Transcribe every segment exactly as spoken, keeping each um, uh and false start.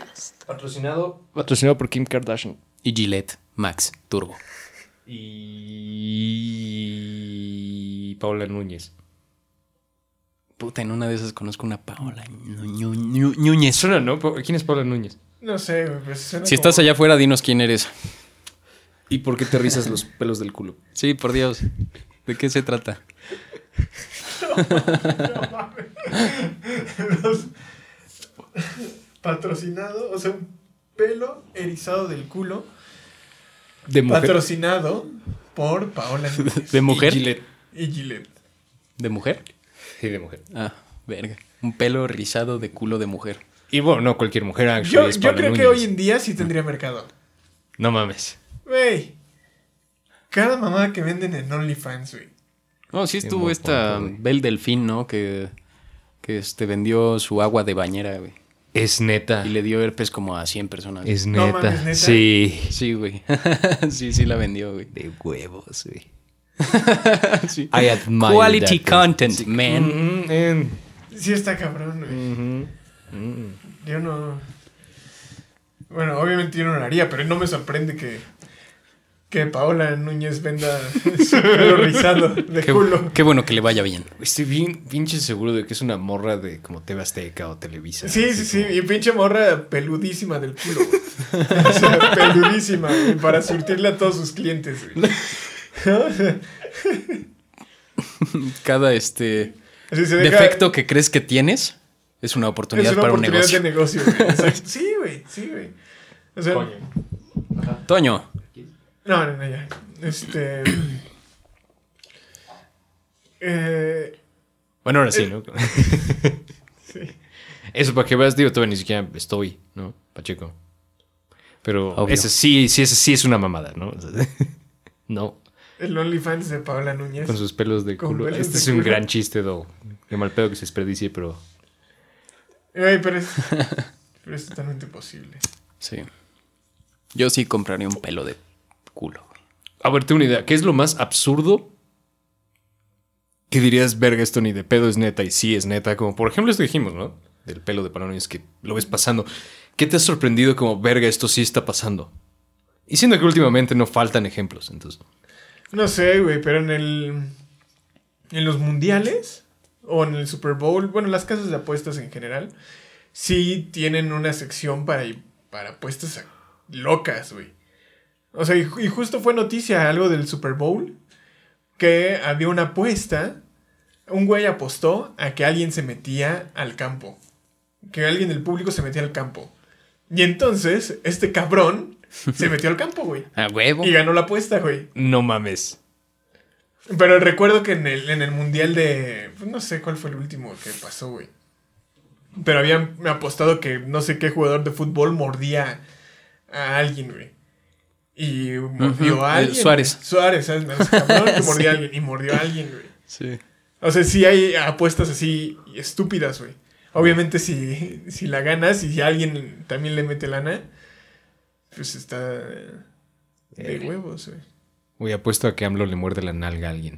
Podcast. Patrocinado, patrocinado por Kim Kardashian. Y Gillette Max Turbo. Y Paola Núñez. Puta, en una de esas conozco una Paola Núñez. Suena, ¿no? ¿Quién es Paola Núñez? No sé, güey. Pues suena si como... estás allá afuera, dinos quién eres. ¿Y por qué te rizas los pelos del culo? Sí, por Dios. ¿De qué se trata? No, no mames. Los... Patrocinado, o sea, un pelo erizado del culo. De mujer. Patrocinado por Paola Núñez. ¿De mujer? Y Gillette. Y Gillette. ¿De mujer? Sí, de mujer. Ah, verga. Un pelo rizado de culo de mujer. Y bueno, no cualquier mujer. Actually, Yo, es yo Paola creo Núñez. que hoy en día sí tendría mercado. No mames. Güey. Cada mamá que venden en OnlyFans, güey. No, sí estuvo Sí, esta muy Belle Delfín, ¿no? Que, que este, vendió su agua de bañera, güey. Es neta. Y le dio herpes como a cien personas. Es No neta. mames, ¿neta? Sí. Sí, güey. sí, sí la vendió, güey. De huevos, güey. Sí. I admire Quality that. content, Sí. man. Mm, en- Sí está cabrón, güey. mhm. Mm. Yo no... Bueno, obviamente yo no lo haría, pero no me sorprende que... Que Paola Núñez venda su pelo rizado de Qué, culo. qué bueno que le vaya bien. Estoy bien pinche seguro de que es una morra de como T V Azteca o Televisa. Sí, sí, Así sí. como- Y pinche morra peludísima del culo, güey. O sea, peludísima, güey. Para surtirle a todos sus clientes, güey. Cada este Así se deja- defecto que crees que tienes es una oportunidad es una para oportunidad un negocio. de negocio, güey. Exacto. Sí, güey. Sí, güey. O sea... Coño. Toño, No, no, no, ya. Este... eh... Bueno, ahora sí, ¿no? Sí. Eso para que veas, digo, todavía ni siquiera estoy, ¿no? Pacheco. Pero Obvio. ese sí, sí, ese sí es una mamada, ¿no? O sea, no, El OnlyFans de Paola Núñez. con sus pelos de Con culo. pelos Este de es un culo. gran chiste, do. Qué mal pedo que se desperdicie, pero... Güey, pero es... pero es totalmente posible. sí. Yo sí compraría un pelo de culo. güey. A ver, tengo una idea. ¿Qué es lo más absurdo que dirías, verga, esto ni de pedo es neta? Y sí es neta. Como por ejemplo esto que dijimos, ¿no? Del pelo de Paola Núñez que lo ves pasando. ¿Qué te ha sorprendido como, verga, esto sí está pasando? Y siendo que últimamente no faltan ejemplos, entonces... No sé, güey, pero en el... En los mundiales o en el Super Bowl, bueno, las casas de apuestas en general, sí tienen una sección para, para apuestas a- locas, güey. O sea, y, ju- y justo fue noticia algo del Super Bowl, que había una apuesta, un güey apostó a que alguien se metía al campo, que alguien del público se metía al campo. Y entonces, este cabrón se metió al campo, güey. A huevo. Y ganó la apuesta, güey. No mames. Pero recuerdo que en el, en el mundial de... pues no sé cuál fue el último que pasó, güey. Pero habían apostado que no sé qué jugador de fútbol mordía a alguien, güey. Y mordió Ujú, a el alguien. Suárez. güey. Suárez, ¿sabes? Ese cabrón que mordía a Sí. alguien y mordió a alguien, güey. Sí. O sea, sí hay apuestas así estúpidas, güey. Obviamente si, si la ganas y si alguien también le mete lana, pues está de Eh. huevos, güey. Güey, apuesto a que AMLO le muerde la nalga a alguien.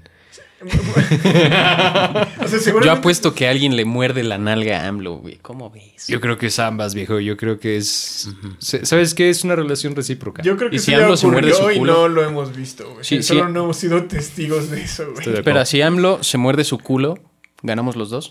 O sea, seguramente... Yo apuesto que alguien le muerde la nalga a AMLO, güey. ¿Cómo ves? Yo creo que es ambas, viejo. Yo creo que es... se- ¿Sabes qué? Es una relación recíproca. Yo creo que ¿Y sí si AMLO ya se muerde ocurrió su y culo? no lo hemos visto, güey. Sí, Solo sí. no hemos sido testigos de eso, güey. Estoy de Espera, acuerdo. si AMLO se muerde su culo, ¿ganamos los dos?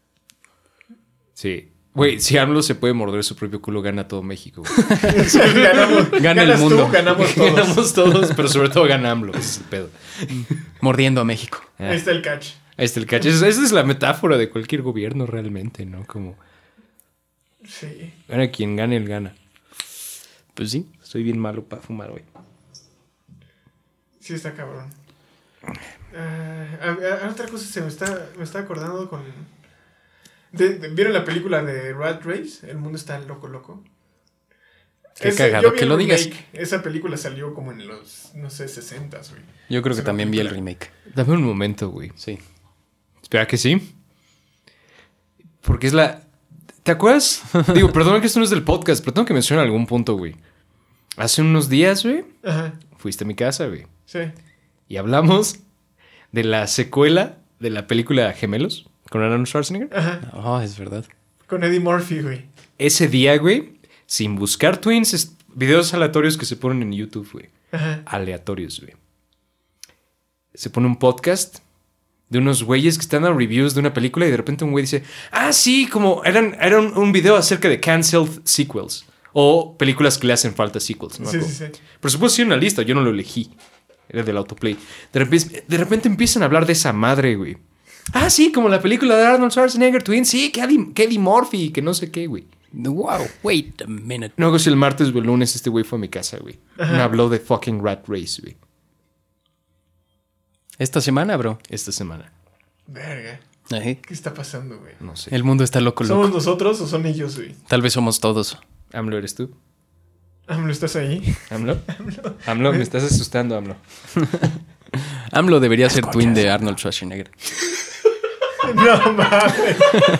Sí. Güey, si AMLO se puede morder su propio culo, gana todo México, güey. Sí, ganamos, Gana el ganas mundo. Tú, ganamos todos. Ganamos todos, pero sobre todo gana AMLO. Ese es el pedo. Mordiendo a México. Ah, Ahí está el catch. ahí está el cacho. Esa esa es la metáfora de cualquier gobierno realmente, ¿no? Como, Sí. gana quien gane, el gana. Pues sí. Estoy bien malo para fumar hoy. Sí está cabrón. Ah, a- a- otra cosa se me está, me está acordando con... de- de- ¿Vieron la película de Rat Race? El mundo está loco, loco. Qué Ese- cagado, yo vi que el lo digas. remake. Esa película salió como en los, no sé, sesentas, güey. Yo creo que Es una también vi el película. remake. Dame un momento, güey. Sí. Espera que sí. Porque es la... ¿Te acuerdas? Digo, perdón que esto no es del podcast, pero tengo que mencionar algún punto, güey. Hace unos días, güey, Ajá, fuiste a mi casa, güey. sí. Y hablamos de la secuela de la película Gemelos con Arnold Schwarzenegger. Ajá. Oh, es verdad. Con Eddie Murphy, güey. Ese día, güey, sin buscar twins, es- videos aleatorios que se ponen en YouTube, güey. Ajá. Aleatorios, güey. Se pone un podcast de unos güeyes que están dando reviews de una película y de repente un güey dice, ah, sí, como eran, era un, un video acerca de canceled sequels o películas que le hacen falta sequels. ¿No? Sí, sí, sí. Por supuesto, sí, una lista, yo no lo elegí. Era del autoplay. De repente, de repente empiezan a hablar de esa madre, güey. Ah, sí, como la película de Arnold Schwarzenegger, Twin, sí, que Eddie, que Eddie Murphy, que no sé qué, güey. Wow, wait a minute. No, si el martes o el lunes este güey fue a mi casa, güey. Ajá. Me habló de fucking Rat Race, güey. Esta semana, bro. Esta semana. Verga. Ajá. ¿Qué está pasando, güey? No sé. El mundo está loco, loco. ¿Somos nosotros o son ellos, güey? Tal vez somos todos. AMLO, ¿eres tú? AMLO, ¿estás ahí? ¿AMLO? AMLO, me estás asustando, AMLO. AMLO debería ser twin de Arnold Schwarzenegger. No mames.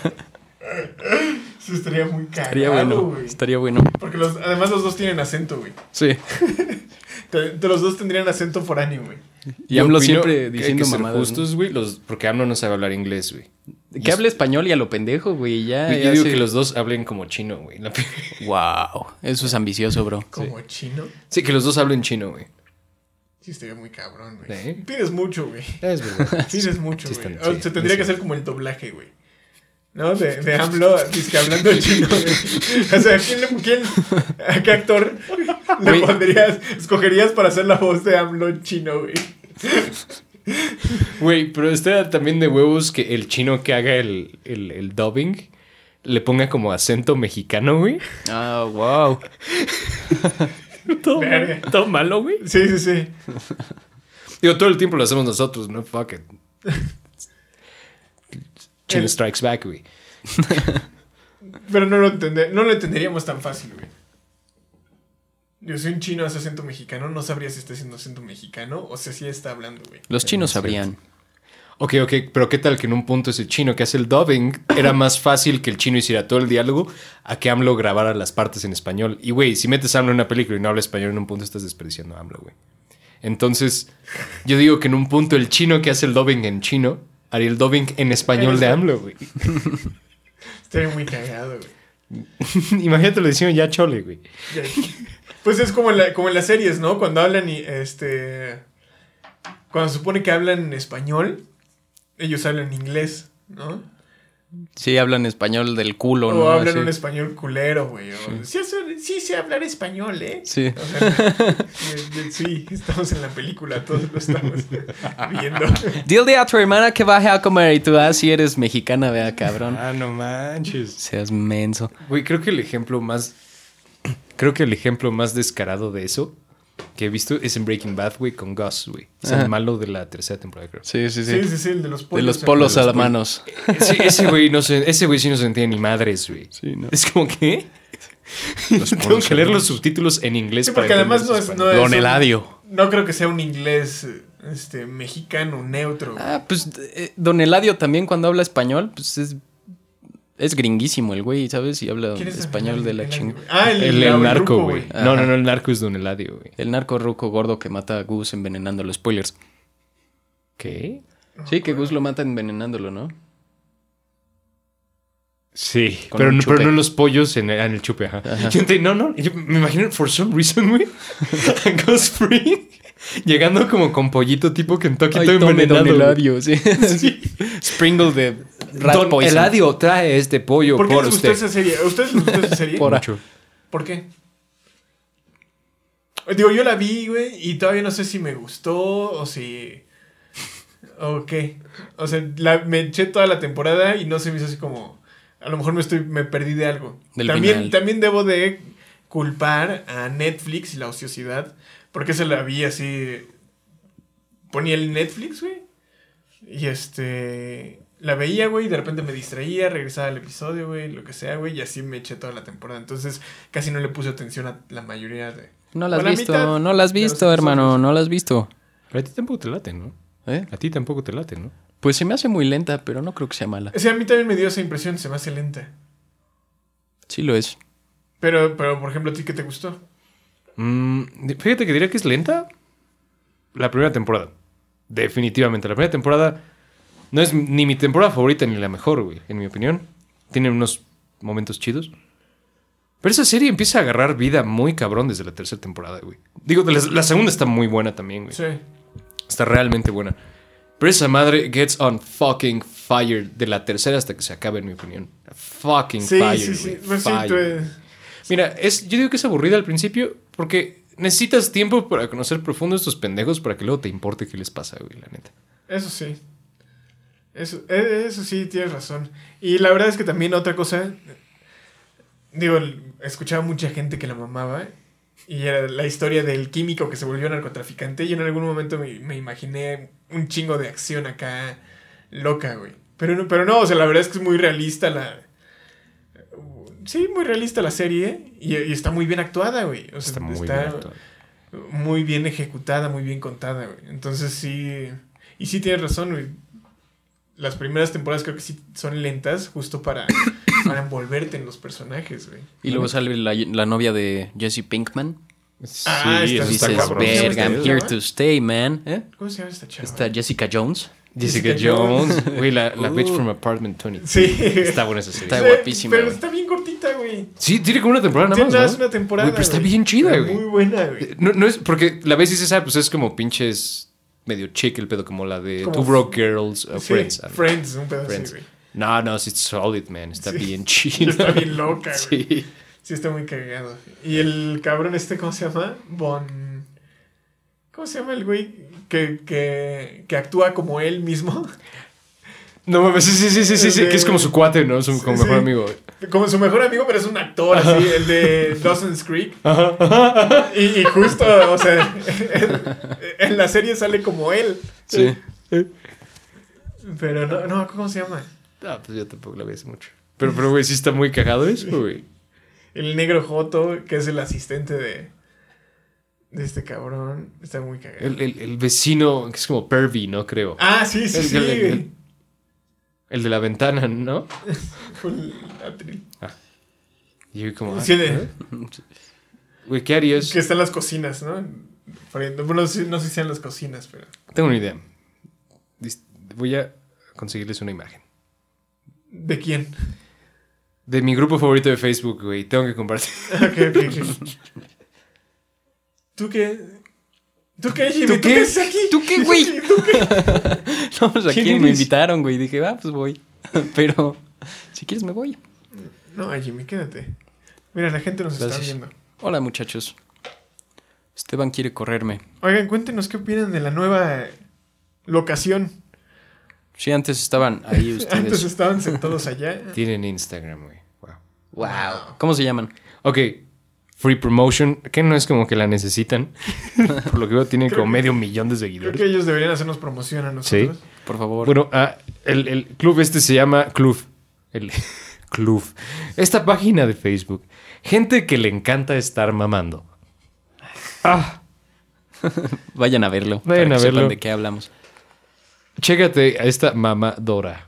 Eso estaría muy cagado, Estaría bueno. güey. Estaría bueno. Porque los, además los dos tienen acento, güey. Sí. Te- te- Los dos tendrían acento foráneo, güey. Y Yo AMLO opino siempre que hay diciendo que ser mamadas. ¿no? justos, güey, los- porque AMLO no sabe hablar inglés, güey. Que hable español y a lo pendejo, güey. Ya, Güey, ya yo digo se- que los dos hablen como chino, güey. La- Wow. Eso es ambicioso, bro. Como chino. Sí, que los dos hablen chino, güey. Sí, estaría muy cabrón, güey. ¿Eh? Pides mucho, güey. Es verdad. Pides mucho, Sí, güey. están- O sí, Se tendría sí. que hacer como el doblaje, güey. ¿No? De, de AMLO, dice que hablando chino, güey. O sea, ¿quién, le- quién, ¿a qué actor le Güey. pondrías, escogerías para hacer la voz de AMLO chino, güey? Güey, pero está también de huevos que el chino que haga el, el, el dubbing le ponga como acento mexicano, güey. Ah, wow. Todo, Verga. todo malo, güey. Sí, sí, sí. Digo, todo el tiempo lo hacemos nosotros, ¿no? Fuck it. Chino El- strikes back, güey. Pero no lo, entender, no lo entenderíamos tan fácil, güey. Yo soy un chino, hace acento mexicano. No sabría si está haciendo acento mexicano o si así está hablando, güey. Los chinos Es cierto. sabrían. Ok, ok, pero ¿qué tal que en un punto ese chino que hace el dubbing era más fácil que el chino hiciera todo el diálogo a que AMLO grabara las partes en español? Y, güey, si metes a AMLO en una película y no habla español en un punto, estás desperdiciando a AMLO, güey. Entonces, yo digo que en un punto el chino que hace el dubbing en chino haría el dubbing en español de AMLO, güey. Estaría muy cagado, güey. Imagínate lo decimos ya chole, güey. Ya. Pues es como en, la- como en las series, ¿no? Cuando hablan y este. Cuando se supone que hablan español, ellos hablan inglés, ¿no? Sí, hablan español del culo, O ¿no? hablan Así. un español culero, güey. o- Sí, sí, sí sé hablar español, ¿eh? Sí. O sea, sí, sí, estamos en la película, todos lo estamos viendo. Dile a tu hermana que baje a comer y tú, ah, si eres mexicana, vea, cabrón. Ah, no manches. Seas menso. Güey, creo que el ejemplo más. Creo que el ejemplo más descarado de eso que he visto es en Breaking Bad, güey, con Gus, güey. Es Ajá. el malo de la tercera temporada, creo. Sí, sí, Sí, sí, sí, el de los De polos. los eh. polos de a los las manos. Sí, ese güey no se, ese güey sí no se entiende ni madres, güey. Sí, ¿no? Es como que Los tengo polos que leer a los las- subtítulos en inglés Sí, para porque además no entender es, su no español. es Don un- Eladio. No creo que sea un inglés este, mexicano, neutro. güey. Ah, pues eh, Don Eladio también cuando habla español, pues es, es gringuísimo el güey, ¿sabes? Y habla ¿Quién es español el- de la el- chingada. Ah, el, El, el el narco, ruco, güey. Ajá. No, no, no, el narco es Don Eladio, güey. El narco ruco gordo que mata a Gus envenenándolo. Spoilers. ¿Qué? Sí, que Gus lo mata envenenándolo, ¿no? Sí, Con pero un no, pero chupe. no los pollos en el, en el chupe, ajá. Yo ente- no, no, yo me imagino, for some reason, güey, a Gus Fring llegando como con pollito tipo Kentucky todo envenenado. Don güey. Eladio, sí. Sprinkle de rat Don poison. Eladio trae este pollo ¿Por por, qué les gustó usted. esa serie? ¿A ustedes les gustó esa serie? Por- Mucho. ¿Por qué? Digo, yo la vi, güey, y todavía no sé si me gustó o si... ¿O qué? O sea, la, me eché toda la temporada y no se me hizo así como... A lo mejor me estoy me perdí de algo. Del también, final. también debo de culpar a Netflix y la ociosidad, porque se la vi así... Ponía el Netflix, güey, y este... La veía, güey, y de repente me distraía, regresaba al episodio, güey, lo que sea, güey, y así me eché toda la temporada. Entonces, casi no le puse atención a la mayoría de... No la has o la visto, mitad no la has de los visto, hermano, episodios. no la has visto. Pero a ti tampoco te late, ¿no? ¿Eh? A ti tampoco te late, ¿no? Pues se me hace muy lenta, pero no creo que sea mala. O sea, a mí también me dio esa impresión, se me hace lenta. Sí lo es. Pero, pero por ejemplo, ¿a ti qué te gustó? Mm, fíjate que diría que es lenta la primera temporada. Definitivamente. La primera temporada no es ni mi temporada favorita ni la mejor, güey, en mi opinión. Tiene unos momentos chidos. Pero esa serie empieza a agarrar vida muy cabrón desde la tercera temporada, güey. Digo, la, la segunda está muy buena también, güey. Sí. Está realmente buena. Pero esa madre gets on fucking fire de la tercera hasta que se acabe, en mi opinión. Fucking Sí, fire, sí, sí. güey. Pues sí, Fire. tú eres- Mira, es, yo digo que es aburrida al principio porque necesitas tiempo para conocer profundo a estos pendejos para que luego te importe qué les pasa, güey, la neta. Eso sí. Eso, e- eso sí, tienes razón. Y la verdad es que también otra cosa. Digo, el- escuchaba mucha gente que la mamaba. Y era la historia del químico que se volvió narcotraficante. Y en algún momento me, me imaginé un chingo de acción acá loca, güey. Pero no, pero no, o sea, la verdad es que es muy realista la. Sí, muy realista la serie. Y, y está muy bien actuada, güey. O sea, Está muy está bien actuado. muy bien ejecutada, muy bien contada, güey. Entonces sí. Y sí tienes razón, güey. Las primeras temporadas creo que sí son lentas, justo para, para envolverte en los personajes, güey. Y luego sale la, la novia de Jesse Pinkman. Sí, Ah, está- eso Y está dices, cabrón. verga, I'm ¿Cómo se here llama? to stay, man. ¿Eh? ¿Cómo se llama esta chava? Está Jessica Jones. Jessica, Jessica Jones. Jones. Güey, la, la Uh. bitch from Apartment veinte. Sí. Está buena esa serie. Está Sí, guapísima, Pero güey. está bien cortita, güey. Sí, tiene como una temporada nada Tiene más, nada ¿no? más una temporada. Güey, pero está güey. bien chida, Pero güey. Muy buena, güey. No, no es porque la ves y dices, ah, pues es como pinches medio chick el pedo, como la de Como- Two Broke Girls o Sí, Friends. ah, Friends, un pedazo Friends. así, güey. No, no, sí, it's solid, man. Está Sí. bien Y chido. está bien loca, güey. Sí. Sí, está muy cagado. Y el cabrón este, ¿cómo se llama? Bon... ¿Cómo se llama el güey que, que, que actúa como él mismo? No mames, sí, sí, sí, sí, sí, sí, que es como su cuate, ¿no? Su como Sí, mejor sí. amigo. Como su mejor amigo, pero es un actor así, el de Dawson's Creek. Y, y justo, o sea, en, en la serie sale como él. Sí. Pero no, no, ¿cómo se llama? Ah, pues yo tampoco la ves mucho. Pero, pero, güey, sí está muy cagado eso, güey. El negro Joto, que es el asistente de, de este cabrón. Está muy cagado. El, el, el vecino, que es como Pervy, ¿no? Creo. Ah, sí, sí, El- sí. el- el- güey. el- El de la ventana, ¿no? Con la tri- Y yo como... ah, Sí, de- güey, ¿qué harías? que está en las cocinas, ¿no? Bueno, no sé, no sé si sean las cocinas, pero... Tengo una idea. Dis- Voy a conseguirles una imagen. ¿De quién? De mi grupo favorito de Facebook, güey. Tengo que compartir. Ok, ok, ok. ¿Tú qué? ¿Tú qué, Jimmy? ¿Tú ¿Tú qué? qué haces aquí? ¿Tú qué, güey? ¿Tú qué? No, pues aquí ¿Quién me eres? invitaron, güey. Dije, ah, pues voy. Pero si quieres me voy. No, Jimmy, quédate. Mira, la gente nos Gracias. está viendo. Hola, muchachos. Esteban quiere correrme. Oigan, cuéntenos qué opinan de la nueva locación. Sí, antes estaban ahí Antes ustedes. estaban sentados allá. Tienen Instagram, güey. Wow. Wow. ¿Cómo se llaman? Ok. Free promotion. Que no es como que la necesitan. Por lo que veo, tienen Creo como que- medio millón de Creo seguidores. que ellos deberían hacernos promoción a nosotros. Por favor. Bueno, ah, el, el club este se llama Club. El Club. Esta página de Facebook. Gente que le encanta estar mamando. Ah, Vayan a verlo. Vayan para a que sepan verlo. de qué hablamos. chécate a esta mamadora.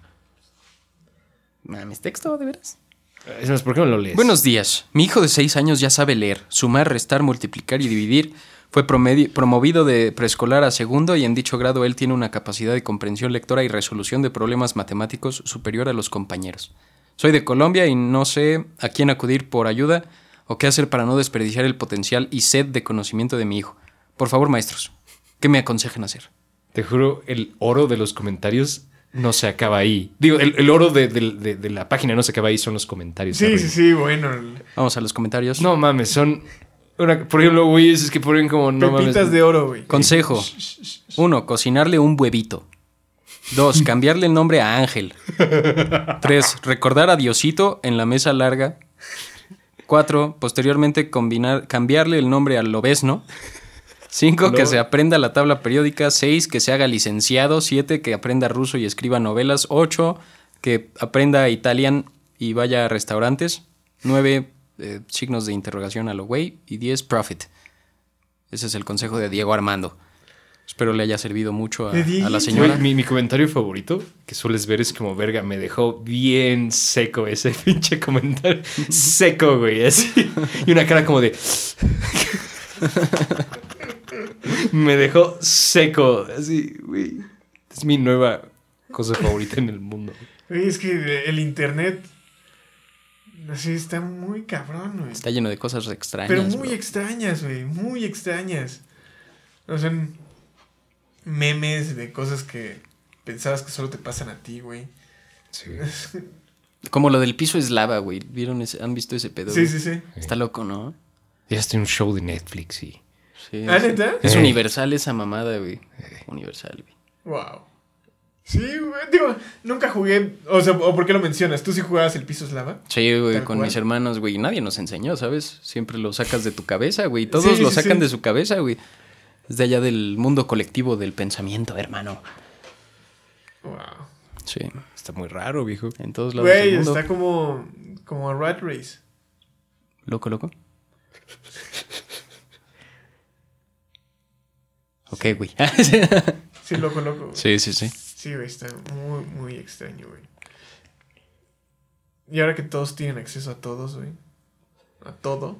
Mames, texto, ¿de veras? Es más, ¿por qué no lo lees? Buenos días. Mi hijo de seis años ya sabe leer, sumar, restar, multiplicar y dividir. Fue promedio- promovido de preescolar a segundo y en dicho grado él tiene una capacidad de comprensión lectora y resolución de problemas matemáticos superior a los compañeros. Soy de Colombia y no sé a quién acudir por ayuda o qué hacer para no desperdiciar el potencial y sed de conocimiento de mi hijo. Por favor, maestros, ¿qué me aconsejan hacer? Te juro, el oro de los comentarios no se acaba ahí. Digo, el, el oro de, de- de- de la página no se acaba ahí, son los comentarios. Sí, arriba. sí, sí, bueno. el- Vamos a los comentarios. No mames, son... una- por ejemplo, güeyes es que ponen como... No Pepitas mames. de oro, güey. Consejo. uno. Cocinarle un huevito. dos. Cambiarle el nombre a Ángel. tres. Recordar a Diosito en la mesa larga. cuatro. Posteriormente combinar, cambiarle el nombre al lobesno. cinco. Que No. se aprenda la tabla periódica. seis. Que se haga licenciado. siete. Que aprenda ruso y escriba novelas. ocho. Que aprenda italiano y vaya a restaurantes. nueve. Eh, signos de interrogación a lo güey. Y diez. Profit. Ese es el consejo de Diego Armando. Espero le haya servido mucho a, ¿De Diego? a la Güey, señora. mi, mi comentario favorito que sueles ver es como, verga, me dejó bien seco ese pinche comentario. Seco, güey, así. Y una cara como de... me dejó seco, así, güey. Es mi nueva cosa favorita en el mundo. Güey, es que el internet Así está muy cabrón, güey. Está lleno de cosas extrañas. Pero muy bro. extrañas, güey. Muy extrañas. O sea, memes de cosas que pensabas que solo te pasan a ti, güey. Sí. Como lo del piso es lava, güey. ¿Vieron ese? ¿Han visto ese pedo? Sí, güey? sí, sí. Está loco, ¿no? Ya está en un show de Netflix y... Sí. ¿Ah, sí. neta? Es Eh. universal esa mamada, güey. Universal, güey. Wow. Sí, güey. Digo, nunca jugué. O sea, ¿o por qué lo mencionas? ¿Tú sí jugabas el piso es lava? Sí, güey, Tal con cual. mis hermanos, güey. Nadie nos enseñó, ¿sabes? Siempre lo sacas de tu cabeza, güey. Todos Sí, lo sí, sacan sí. de su cabeza, güey. Es de allá del mundo colectivo del pensamiento, hermano. Wow. Sí. Está muy raro, viejo. En todos lados del Güey, mundo. está como. Como Rat Race. Loco, loco. Ok, güey. Sí, loco, loco. güey. Sí, sí, sí. Sí, güey, está muy, muy extraño, güey. Y ahora que todos tienen acceso a todos, güey. A todo.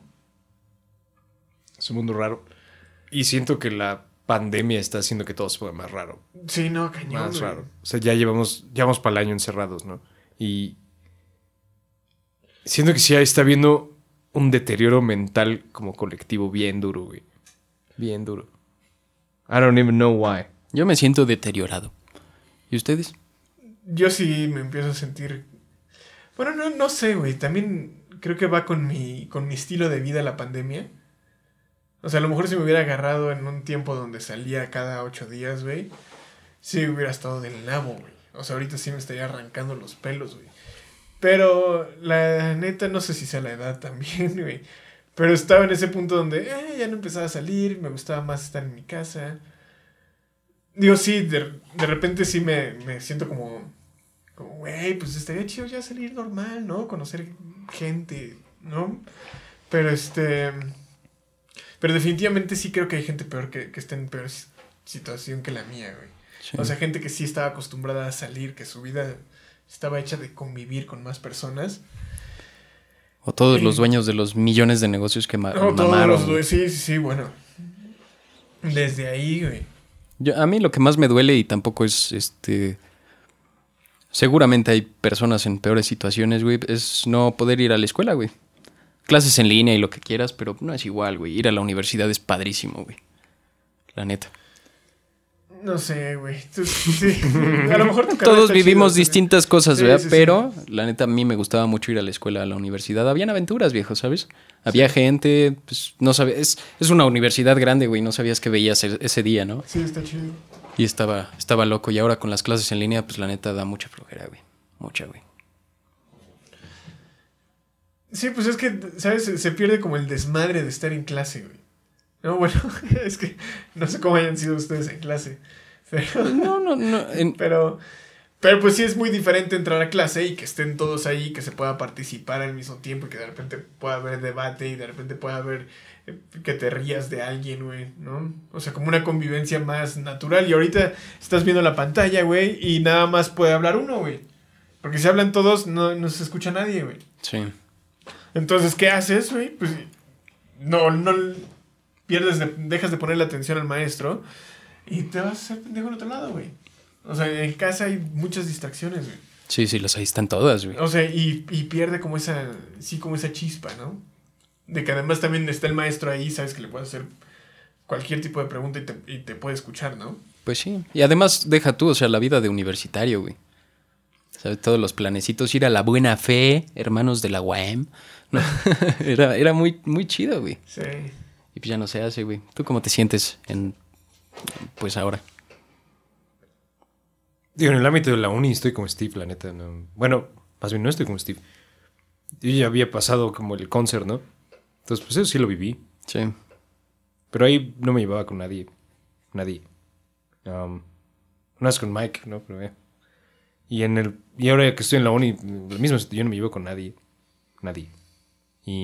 Es un mundo raro. Y siento que la pandemia está haciendo que todo se ponga más raro. Sí, no, cañón, Más güey. raro. O sea, ya llevamos, llevamos para el año encerrados, ¿no? Y siento que sí está habiendo un deterioro mental como colectivo bien duro, güey. Bien duro. I don't even know why. Yo me siento deteriorado. ¿Y ustedes? Yo sí me empiezo a sentir... Bueno, no, no sé, güey. También creo que va con mi, con mi estilo de vida la pandemia. O sea, a lo mejor si me hubiera agarrado en un tiempo donde salía cada ocho días, güey, sí hubiera estado del nabo, güey. O sea, ahorita sí me estaría arrancando los pelos, güey. Pero la neta, no sé si sea la edad también, güey. Pero estaba en ese punto donde eh, ya no empezaba a salir, me gustaba más estar en mi casa. Digo, sí, de, de repente sí me, me siento como, como, güey, pues estaría chido ya salir normal, ¿no? Conocer gente, ¿no? Pero este... Pero definitivamente sí creo que hay gente peor que, que está en peor situación que la mía, güey. Sí. O sea, gente que sí estaba acostumbrada a salir, que su vida estaba hecha de convivir con más personas. O todos Sí. los dueños de los millones de negocios que ma- No, todos mamaron. los due- sí, sí, sí, bueno. Desde ahí, güey. Yo- a mí lo que más me duele y tampoco es este... Seguramente hay personas en peores situaciones, güey, es no poder ir a la escuela, güey. Clases en línea y lo que quieras, pero no es igual, güey. Ir a la universidad es padrísimo, güey. La neta. No sé, güey. Tú- sí. A lo mejor tu carrera Todos está vivimos chida, distintas cosas, Sí, ¿verdad? sí, sí. Pero la neta a mí me gustaba mucho ir a la escuela, a la universidad. Habían aventuras, viejo, ¿sabes? Había gente, pues no sabes. Es, es una universidad grande, güey. No sabías qué veías e- ese día, ¿no? Sí, está chido. Y estaba, estaba loco. Y ahora con las clases en línea, pues la neta da mucha flojera, güey. Mucha, güey. Sí, pues es que, ¿sabes? Se, se pierde como el desmadre de estar en clase, güey. No, bueno, es que no sé cómo hayan sido ustedes en clase. Pero, No, no, no. en- pero, pero pues sí es muy diferente entrar a clase y que estén todos ahí, que se pueda participar al mismo tiempo y que de repente pueda haber debate y de repente pueda haber eh, que te rías de alguien, güey, ¿no? O sea, como una convivencia más natural. Y ahorita estás viendo la pantalla, güey, y nada más puede hablar uno, güey. Porque si hablan todos, no, no se escucha nadie, güey. sí. Entonces, ¿qué haces, güey? Pues no, no pierdes, de- dejas de ponerle atención al maestro y te vas a hacer pendejo en otro lado, güey. O sea, en casa hay muchas distracciones, güey. Sí, sí, las ahí están todas, güey. O sea, y, y pierde como esa, sí, como esa chispa, ¿no? De que además también está el maestro ahí, sabes que le puedes hacer cualquier tipo de pregunta y te, y te puede escuchar, ¿no? Pues sí. Y además, deja tú, o sea, la vida de universitario, güey. ¿Sabes? Todos los planecitos, ir a la buena fe, hermanos de la U A M. No, era, era muy, muy chido, güey. Sí. Y pues ya no se hace, güey. ¿Tú cómo te sientes en, pues ahora? Digo, en el ámbito de la uni estoy como Steve, la neta. No. Bueno, más bien no estoy como Steve. Yo ya había pasado como el concert, ¿no? Entonces, pues eso sí lo viví. Sí. Pero ahí no me llevaba con nadie. Nadie. Um, una vez con Mike, ¿no? Pero, eh. Y, en el, y ahora que estoy en la uni, lo mismo, yo no me llevo con nadie. Nadie. Y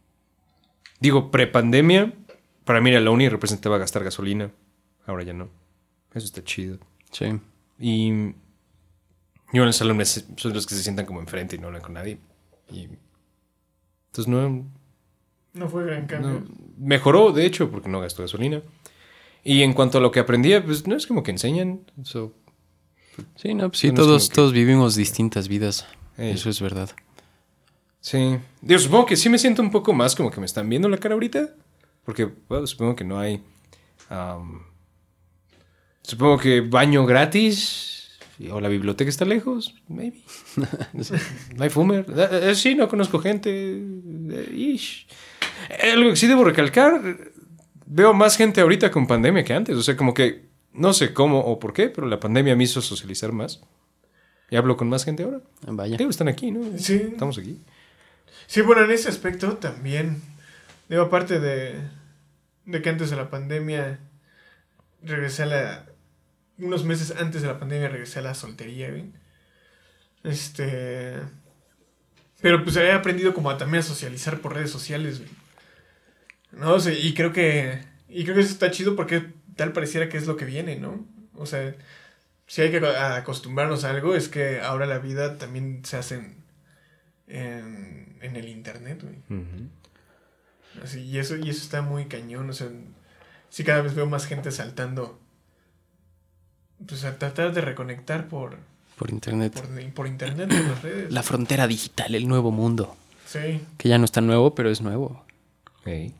digo, prepandemia, para mí ir a la uni representaba gastar gasolina. Ahora ya no. Eso está chido. Sí. Y yo en el salón me- son los que se sientan como enfrente y no hablan con nadie. Y entonces no, No fue gran cambio. no- mejoró, de hecho, porque no gastó gasolina. Y en cuanto a lo que aprendía, pues no es como que enseñan. So, Sí, no, pues sí, No es todos, como que- todos vivimos distintas vidas. Eh. Eso es verdad. Sí. Digo, supongo que sí me siento un poco más como que me están viendo la cara ahorita. Porque, bueno, supongo que no hay... Um, supongo que baño gratis. O la biblioteca está lejos. Maybe. No hay fumer. Eh, eh, sí, no conozco gente. Eh, ish. Algo que sí debo recalcar. Veo más gente ahorita con pandemia que antes. O sea, como que... No sé cómo o por qué, pero la pandemia me hizo socializar más. Y hablo con más gente ahora. Vaya. Digo, están aquí, ¿no? Sí. Estamos aquí. Sí, bueno, en ese aspecto también. Digo, aparte de, de que antes de la pandemia regresé a la... Unos meses antes de la pandemia regresé a la soltería, güey. Este... Pero pues había aprendido como a, también a socializar por redes sociales, güey. No, o sea, y creo que... Y creo que eso está chido porque tal pareciera que es lo que viene, ¿no? O sea, si hay que acostumbrarnos a algo es que ahora la vida también se hace en, en, en el internet, güey. Uh-huh. Así, y eso, y eso está muy cañón, o sea, sí cada vez veo más gente saltando, pues a tratar de reconectar por, Por internet. por, por internet, por las redes. La frontera digital, el nuevo mundo. Sí. Que ya no es tan nuevo, pero es nuevo. Hey.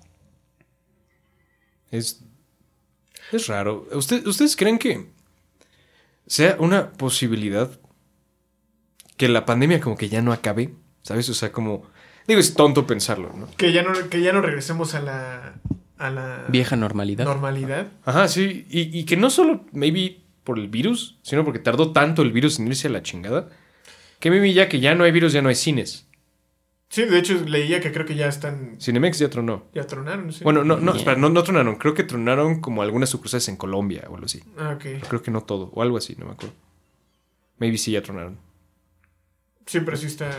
Es, es raro. ¿Usted, ¿Ustedes creen que sea una posibilidad que la pandemia como que ya no acabe? ¿Sabes? O sea, como... Digo, es tonto pensarlo, ¿no? Que ya no, que ya no regresemos a la, a la Vieja normalidad. normalidad. Ajá, sí. Y, y que no solo, maybe, por el virus, sino porque tardó tanto el virus en irse a la chingada, que maybe ya que ya no hay virus, ya no hay cines. Sí, de hecho leía que creo que ya están... Cinemex ya tronó. Ya tronaron, sí. Bueno, no, no, Bien. espera, no, no tronaron. Creo que tronaron como algunas sucursales en Colombia o algo así. Ah, ok. Creo que no todo, o algo así, no me acuerdo. Maybe sí ya tronaron. Sí, pero sí está...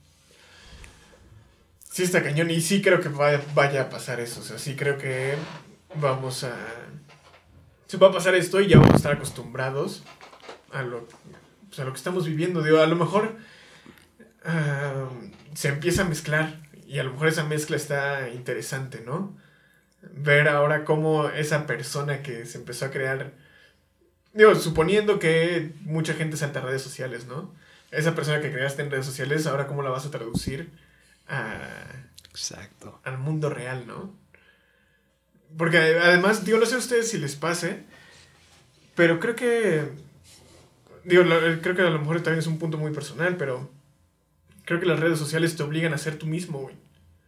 Sí está cañón y sí creo que vaya, vaya a pasar eso. O sea, sí creo que vamos a... Se va a pasar esto y ya vamos a estar acostumbrados a lo, pues a lo que estamos viviendo. Digo, a lo mejor uh, se empieza a mezclar y a lo mejor esa mezcla está interesante, ¿no? Ver ahora cómo esa persona que se empezó a crear... Digo, suponiendo que mucha gente salta a redes sociales, ¿no? Esa persona que creaste en redes sociales, ahora cómo la vas a traducir a, Exacto. al mundo real, ¿no? Porque además, digo, no sé a ustedes si les pase, pero creo que, digo, lo, creo que a lo mejor también es un punto muy personal, pero creo que las redes sociales te obligan a ser tú mismo, güey.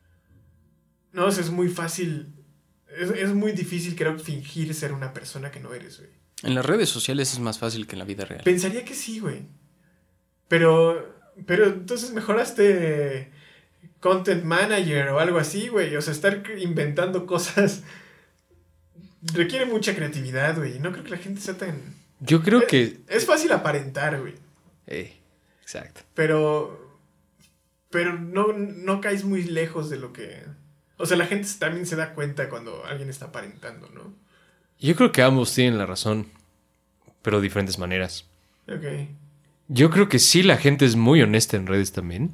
No, o sea, es muy fácil, es, es muy difícil, creo, fingir ser una persona que no eres, güey. En las redes sociales es más fácil que en la vida real. Pensaría que sí, güey. Pero, pero entonces mejoraste content manager o algo así, güey. O sea, estar inventando cosas requiere mucha creatividad, güey. No creo que la gente sea tan... Yo creo es, que... Es fácil aparentar, güey. Eh, exacto. Pero... Pero no, no caes muy lejos de lo que... O sea, la gente también se da cuenta cuando alguien está aparentando, ¿no? Yo creo que ambos tienen la razón, pero de diferentes maneras. Ok. Yo creo que sí la gente es muy honesta en redes también,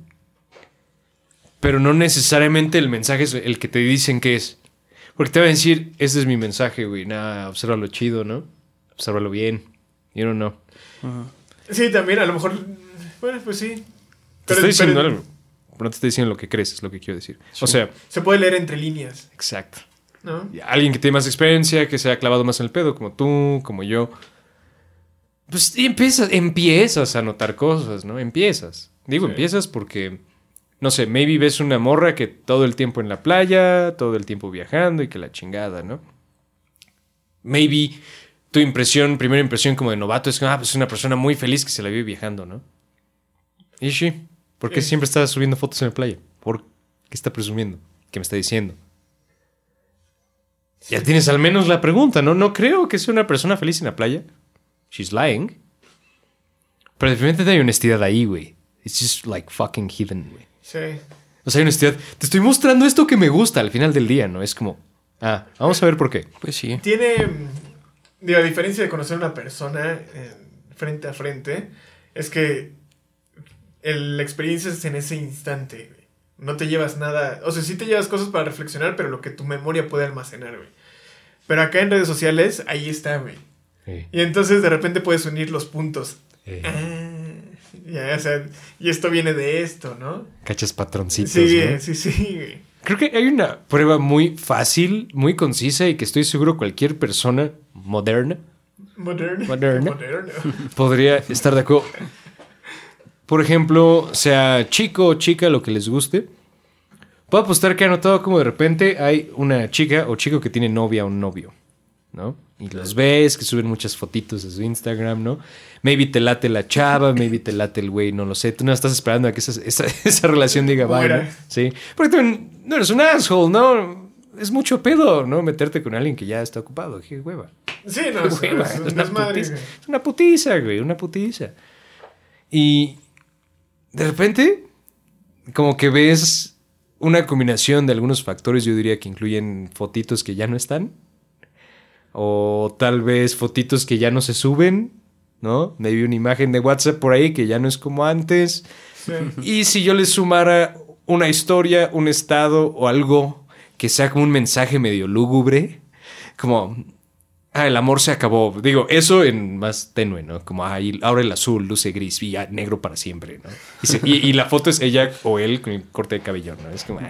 pero no necesariamente el mensaje es el que te dicen que es. Porque te van a decir, este es mi mensaje, güey, nada, obsérvalo chido, ¿no? Obsérvalo bien. You don't know. Uh-huh. Sí, también, a lo mejor... Bueno, pues sí. Te Pero- estoy diciendo pero- algo. No te estoy diciendo lo que crees, es lo que quiero decir. O sea, Se puede leer entre líneas, exacto. ¿no? Y alguien que tiene más experiencia, que se ha clavado más en el pedo, como tú, como yo. Pues empiezas, empiezas a notar cosas, ¿no? Empiezas. Digo, Sí. empiezas porque, no sé, maybe ves una morra que todo el tiempo en la playa, todo el tiempo viajando y que la chingada, ¿no? Maybe tu impresión, primera impresión como de novato es que, ah, pues es una persona muy feliz que se la vive viajando, ¿no? Y sí, ¿por qué Sí. siempre está subiendo fotos en la playa? ¿Por qué está presumiendo? ¿Qué me está diciendo? Ya tienes al menos la pregunta, ¿no? No creo que sea una persona feliz en la playa. She's lying. Pero definitivamente hay honestidad ahí, güey. It's just like fucking hidden, güey. Sí. O sea, hay honestidad. Te estoy mostrando esto que me gusta al final del día, ¿no? Es como, ah, vamos a ver por qué. Pues sí. Tiene, mm, digo, a diferencia de conocer a una persona eh, frente a frente, es que el- la experiencia es en ese instante, güey. No te llevas nada, o sea, sí te llevas cosas para reflexionar, pero lo que tu memoria puede almacenar, güey. Pero acá en redes sociales, ahí está, güey. Eh, Y entonces de repente puedes unir los puntos. eh. Ah, Ya, o sea, y esto viene de esto, ¿no? Cachas patroncitos, Sí, ¿no? sí, sí, güey. Creo que hay una prueba muy fácil, muy concisa y que estoy seguro cualquier persona moderna Moderno. Moderno. Moderno. podría estar de acuerdo. Por ejemplo, sea chico o chica, lo que les guste. Puedo apostar que ha notado como de repente hay una chica o chico que tiene novia o novio, ¿no? Y los ves, que suben muchas fotitos a su Instagram, ¿no? Maybe te late la chava, maybe te late el güey, no lo sé. Tú no estás esperando a que esa, esa, esa relación diga bye, ¿no? Muera. Sí. Porque tú no eres un asshole, ¿no? Es mucho pedo, ¿no? Meterte con alguien que ya está ocupado. Qué hueva. Sí, no, Qué es, hueva. es, Es es una desmadre, putiza. güey. Es una putiza, güey. Una putiza. Y de repente, como que ves una combinación de algunos factores, yo diría que incluyen fotitos que ya no están. O tal vez fotitos que ya no se suben, ¿no? Maybe una imagen de WhatsApp por ahí que ya no es como antes. Sí. Y si yo le sumara una historia, un estado o algo que sea como un mensaje medio lúgubre, como, ah, el amor se acabó. Digo, eso en más tenue, ¿no? Como, ah, y ahora el azul luce gris y ya negro para siempre, ¿no? Y, se- y- y la foto es ella o él con el corte de cabello, ¿no? Es como, ah.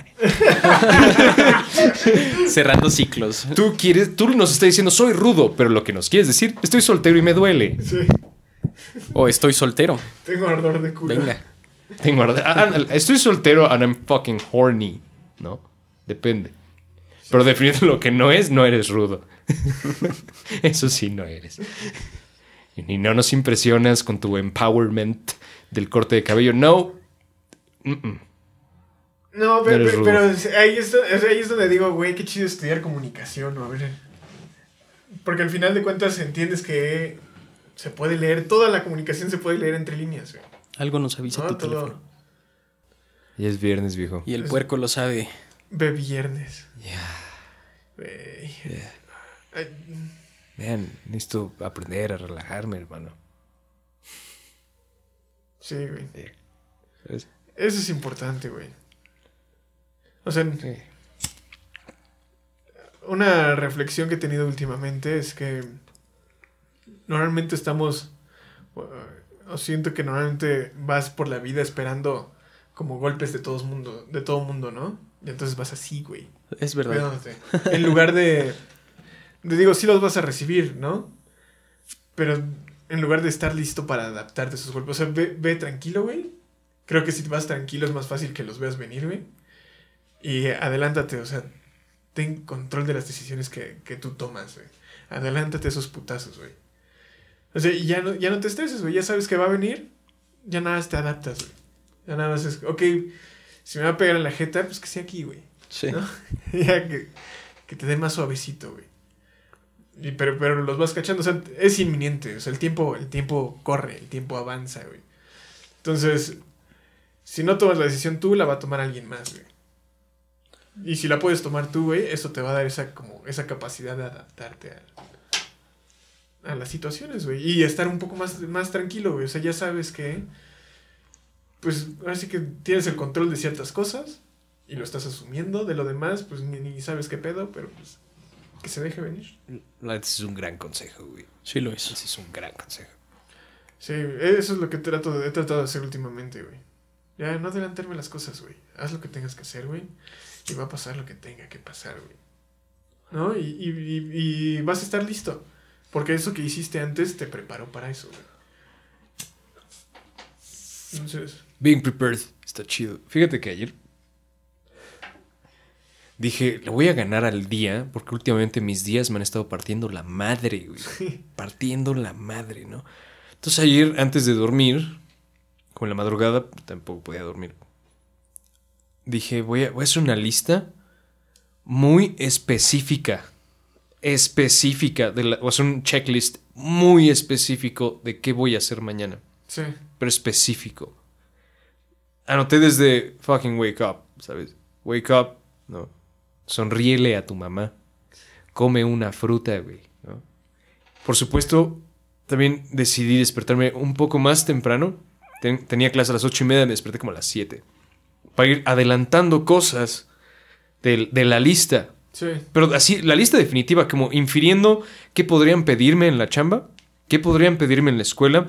Cerrando ciclos. Tú quieres, tú nos estás diciendo, soy rudo, pero lo que nos quieres decir, estoy soltero y me duele. Sí. O estoy soltero. Tengo ardor de culo. Venga. Tengo arde- ah, ándale, estoy soltero and I'm fucking horny, ¿no? Depende. Pero definiendo lo que no es, no eres rudo. Eso sí, no eres. Y ni no nos impresionas con tu empowerment del corte de cabello. No. Mm-mm. No, No pero, eres pero, rudo. pero ahí, es, o sea, ahí es donde digo, güey, qué chido estudiar comunicación, ¿no? A ver. Porque al final de cuentas entiendes que se puede leer, toda la comunicación se puede leer entre líneas, güey. Algo nos avisa No, tu todo. teléfono. Ya es viernes, viejo. Y el puerco lo sabe. Ve viernes. Ya. Güey. Yeah. Ay, Vean, necesito aprender a relajarme, hermano. sí, güey. ¿Sabes? Eso es importante, güey. O sea, Sí. una reflexión que he tenido últimamente es que normalmente estamos, o siento que normalmente vas por la vida esperando como golpes de todo mundo, de todo mundo, ¿no? Y entonces vas así, güey. Es verdad. Cuidándote. En lugar de, de, digo, sí los vas a recibir, ¿no? Pero en lugar de estar listo para adaptarte a esos golpes, o sea, ve, ve tranquilo, güey. Creo que si vas tranquilo es más fácil que los veas venir, güey. Y adelántate, o sea, ten control de las decisiones que, que tú tomas, güey. Adelántate a esos putazos, güey. O sea, y ya no, ya no te estreses, güey. Ya sabes que va a venir, ya nada más te adaptas, güey. Ya nada más es, ok, si me va a pegar en la jeta, pues que sea aquí, güey. Sí. ¿No? Ya que, que te dé más suavecito, güey. Y pero, pero los vas cachando, o sea, es inminente, o sea, el tiempo, el tiempo corre, el tiempo avanza, güey. Entonces, si no tomas la decisión tú, la va a tomar alguien más, güey. Y si la puedes tomar tú, güey, eso te va a dar esa, como, esa capacidad de adaptarte a, a las situaciones, güey. Y estar un poco más, más tranquilo, güey. O sea, ya sabes que, pues, ahora sí que tienes el control de ciertas cosas y lo estás asumiendo. De lo demás, pues, ni, ni sabes qué pedo, pero pues, que se deje venir. La neta es un gran consejo, güey. Sí lo es. Ese es un gran consejo. Sí, eso es lo que trato de, he tratado de hacer últimamente, güey. Ya, no adelantarme las cosas, güey. Haz lo que tengas que hacer, güey. Y va a pasar lo que tenga que pasar, güey. ¿No? Y, y, y, y vas a estar listo. Porque eso que hiciste antes te preparó para eso, güey. Entonces, Being prepared está chido. Fíjate que ayer dije, le voy a ganar al día, porque últimamente mis días me han estado partiendo la madre, güey. Partiendo la madre, ¿no? Entonces ayer, antes de dormir, como en la madrugada, tampoco podía dormir. Dije, voy a, voy a hacer una lista muy específica. Específica. De la, o sea, un checklist muy específico de qué voy a hacer mañana. sí. Pero específico. Anoté desde fucking wake up, ¿sabes? Wake up, ¿no? Sonríele a tu mamá. Come una fruta, güey, ¿no? Por supuesto, también decidí despertarme un poco más temprano. Ten- tenía clase a las ocho y media, me desperté como a las siete. Para ir adelantando cosas de, de la lista. Sí. Pero así, la lista definitiva, como infiriendo qué podrían pedirme en la chamba, qué podrían pedirme en la escuela,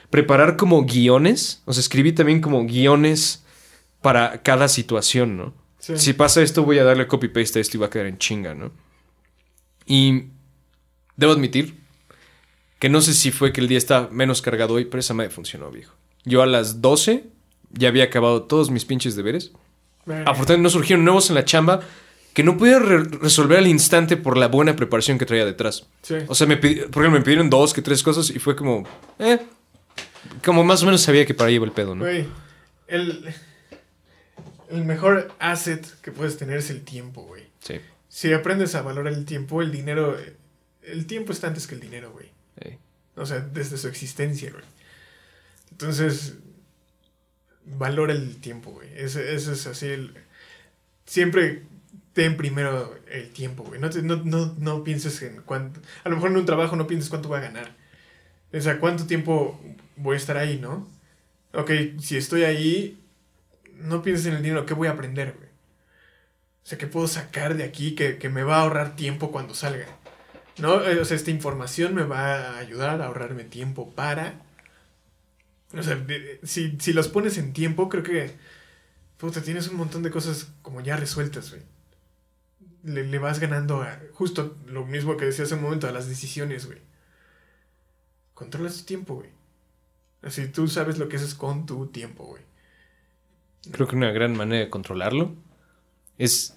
preparar como guiones. O sea, escribí también como guiones para cada situación, ¿no? Sí. Si pasa esto, voy a darle copy-paste a esto y va a quedar en chinga, ¿no? Y debo admitir que no sé si fue que el día estaba menos cargado hoy, pero esa madre funcionó, viejo. Yo a las doce ya había acabado todos mis pinches deberes. Bueno. Afortunadamente no surgieron nuevos en la chamba que no podía re- resolver al instante por la buena preparación que traía detrás. Sí. O sea, me pidi- por ejemplo, me pidieron dos, que tres cosas y fue como... Eh, como más o menos sabía que para ahí iba el pedo, ¿no? Güey, el, el mejor asset que puedes tener es el tiempo, güey. Sí. Si aprendes a valorar el tiempo, el dinero... El tiempo está antes que el dinero, güey. Sí. O sea, desde su existencia, güey. Entonces, valora el tiempo, güey. Ese, ese es así el... Siempre ten primero el tiempo, güey. No, te- no, no, no pienses en cuánto... A lo mejor en un trabajo no pienses cuánto voy a ganar. O sea, cuánto tiempo voy a estar ahí, ¿no? Ok, si estoy ahí, no pienses en el dinero. ¿Qué voy a aprender, güey? O sea, ¿qué puedo sacar de aquí que, que me va a ahorrar tiempo cuando salga? ¿No? Eh, O sea, esta información me va a ayudar a ahorrarme tiempo para... O sea, de- si, si los pones en tiempo, creo que... Puta, tienes un montón de cosas como ya resueltas, güey. Le, le vas ganando a... Justo lo mismo que decía hace un momento, a las decisiones, güey. Controlas tu tiempo, güey. Así tú sabes lo que haces con tu tiempo, güey. Creo que una gran manera de controlarlo es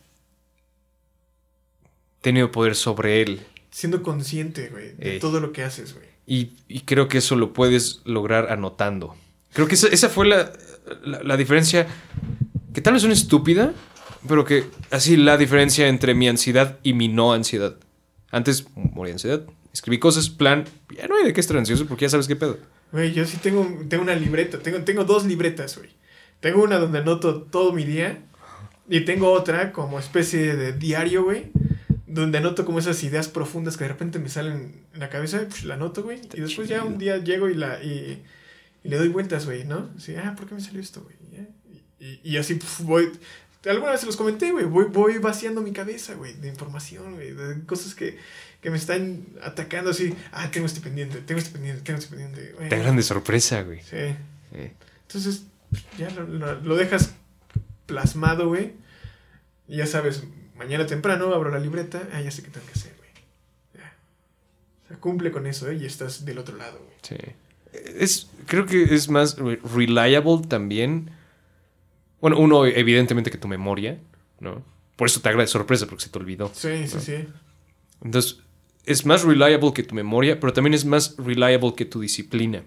tenido poder sobre él. Siendo consciente, güey, de Ey. todo lo que haces, güey. Y, y creo que eso lo puedes lograr anotando. Creo que esa, esa fue la, la, la diferencia, que tal vez suene estúpida, pero que así la diferencia entre mi ansiedad y mi no ansiedad. Antes moría de ansiedad, escribí cosas, plan, ya no hay de qué estar ansioso porque ya sabes qué pedo. Güey, yo sí tengo, tengo una libreta. Tengo, tengo dos libretas, güey. Tengo una donde anoto todo mi día. Y tengo otra como especie de diario, güey. Donde anoto como esas ideas profundas que de repente me salen en la cabeza. Pues la anoto, güey. Y después ya un día llego y la y, y le doy vueltas, güey, ¿no? Así, ah, ¿por qué me salió esto, güey? ¿Ya? Y, y, y así pf, voy... Alguna vez se los comenté, güey. Voy, voy vaciando mi cabeza, güey, de información, güey. De cosas que, que me están atacando así. Ah, tengo este pendiente, tengo este pendiente, tengo este pendiente. Güey. Te agarran de sorpresa, güey. Sí. Eh. Entonces, ya lo, lo- lo dejas plasmado, güey. Y ya sabes, mañana temprano abro la libreta. Ah, ya sé qué tengo que hacer, güey. Ya. O sea, cumple con eso, ¿eh? Y estás del otro lado, güey. Sí. Es, creo que es más re- reliable también. Bueno, uno, evidentemente que tu memoria, ¿no? Por eso te agarra de sorpresa, porque se te olvidó. Sí, sí, ¿no? sí. Entonces, es más reliable que tu memoria, pero también es más reliable que tu disciplina.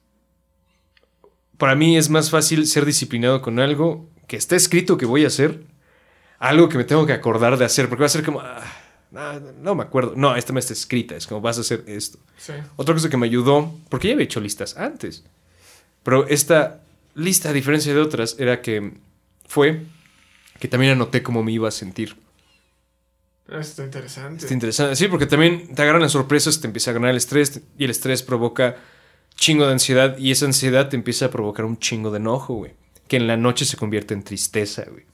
Para mí es más fácil ser disciplinado con algo que está escrito que voy a hacer, algo que me tengo que acordar de hacer, porque va a ser como, ah, no, no me acuerdo. No, esta me está escrita, es como vas a hacer esto. Sí. Otra cosa que me ayudó, porque ya había hecho listas antes, pero esta lista, a diferencia de otras, era que fue que también anoté cómo me iba a sentir. Ah, está interesante. Está interesante, sí, porque también te agarran las sorpresas, te empieza a ganar el estrés y el estrés provoca chingo de ansiedad y esa ansiedad te empieza a provocar un chingo de enojo, güey, que en la noche se convierte en tristeza, güey.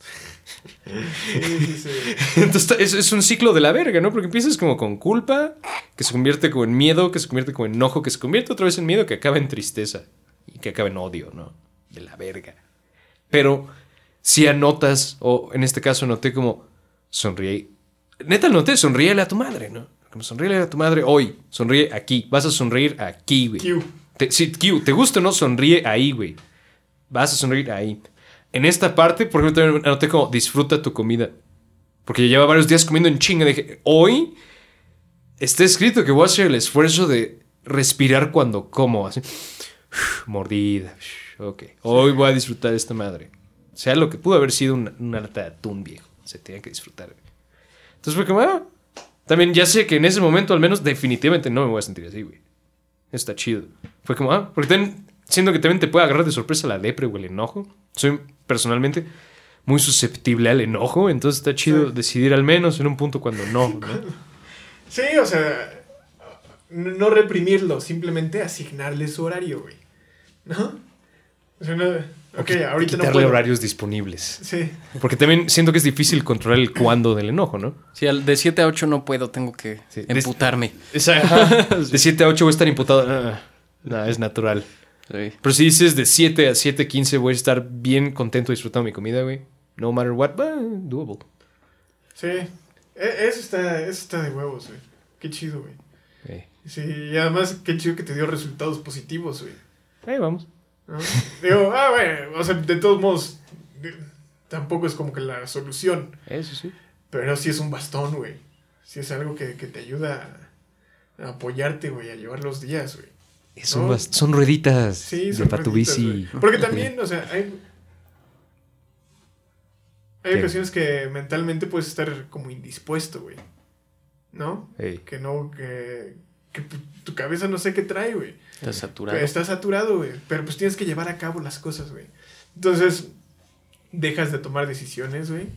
Sí, sí, sí. Entonces es, es un ciclo de la verga, ¿no? Porque empiezas como con culpa, que se convierte como en miedo, que se convierte como en enojo, que se convierte otra vez en miedo, que acaba en tristeza y que acaba en odio, ¿no? De la verga. Pero si anotas, o en este caso anoté como sonríe. Neta anoté, sonríele a tu madre, ¿no? Como sonríele a tu madre hoy, sonríe aquí, vas a sonreír aquí, güey. Q. Te, si, Q, ¿te gusta o no? Sonríe ahí, güey. Vas a sonreír ahí. En esta parte, por ejemplo, también anoté como disfruta tu comida. Porque ya lleva varios días comiendo en chinga. Dije, hoy está escrito que voy a hacer el esfuerzo de respirar cuando como. Así. Mordida. Ok. Hoy voy a disfrutar de esta madre. O sea, lo que pudo haber sido una, una lata de atún, viejo. Se tenía que disfrutar. Güey. Entonces fue como, ah, también ya sé que en ese momento al menos definitivamente no me voy a sentir así, güey. Está chido. Fue como, ah, porque también siento que también te puede agarrar de sorpresa la depre o el enojo. Soy personalmente muy susceptible al enojo, entonces está chido Sí. decidir al menos en un punto cuando no, ¿no? Sí, o sea, no no reprimirlo, simplemente asignarle su horario, güey. ¿No? O sea, no, ok, Y ahorita no quitarle puedo. horarios disponibles. Sí, Porque también siento que es difícil controlar el cuándo del enojo, ¿no? Sí, al- de siete a ocho no puedo, tengo que Sí. emputarme. Esa, ajá, de siete a ocho voy a estar imputado. Ah, no, es natural. Sí. Pero si dices de siete a siete quince voy a estar bien contento disfrutando mi comida, güey. No matter what, well, doable. Sí, e- eso está, eso está de huevos, güey. Qué chido, güey. Hey. Sí, y además, qué chido que te dio resultados positivos, güey. Ahí vamos. ¿No? Digo, ah, bueno, o sea, de todos modos, de- tampoco es como que la solución, Eso sí. pero sí es un bastón, güey. Sí es algo que, que te ayuda a, a apoyarte, güey, a llevar los días, güey. Son, ¿No? bast- son rueditas Sí, de son para tu rueditas, bici. güey. Porque también, o sea, hay... Hay ¿Qué? ocasiones que mentalmente puedes estar como indispuesto, güey. ¿No? Hey. Que no, que... Que tu cabeza no sé qué trae, güey. Está saturado. Está saturado, güey. Pero pues tienes que llevar a cabo las cosas, güey. Entonces, dejas de tomar decisiones, güey.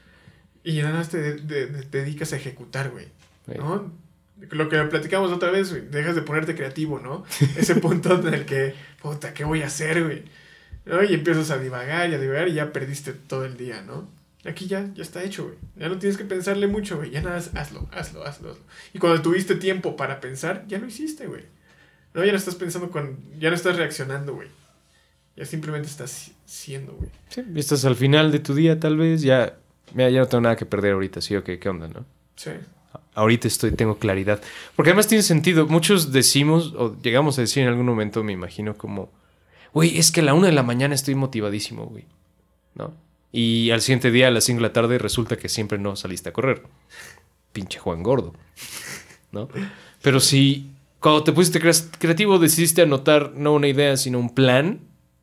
Y nada más te, de- de- te dedicas a ejecutar, güey. ¿No? Lo que platicamos otra vez, güey. Dejas de ponerte creativo, ¿no? Ese punto en el que, puta, ¿qué voy a hacer, güey? ¿No? Y empiezas a divagar y a divagar y ya perdiste todo el día, ¿no? Aquí ya, ya está hecho, güey. Ya no tienes que pensarle mucho, güey. Ya nada más hazlo, hazlo, hazlo, hazlo. Y cuando tuviste tiempo para pensar, ya lo hiciste, güey. No, ya no estás pensando con... Ya no estás reaccionando, güey. Ya simplemente estás siendo, güey. Sí, estás al final de tu día, tal vez. Ya, mira, ya no tengo nada que perder ahorita, ¿sí? Ok, ¿qué onda, no? Sí. Ahorita estoy, tengo claridad. Porque además tiene sentido. Muchos decimos, o llegamos a decir en algún momento, me imagino, como... Güey, es que a la una de la mañana estoy motivadísimo, güey. ¿No? Y al siguiente día, a las cinco de la tarde, resulta que siempre no saliste a correr. Pinche Juan Gordo. ¿No? Pero si cuando te pusiste cre- creativo decidiste anotar no una idea, sino un plan,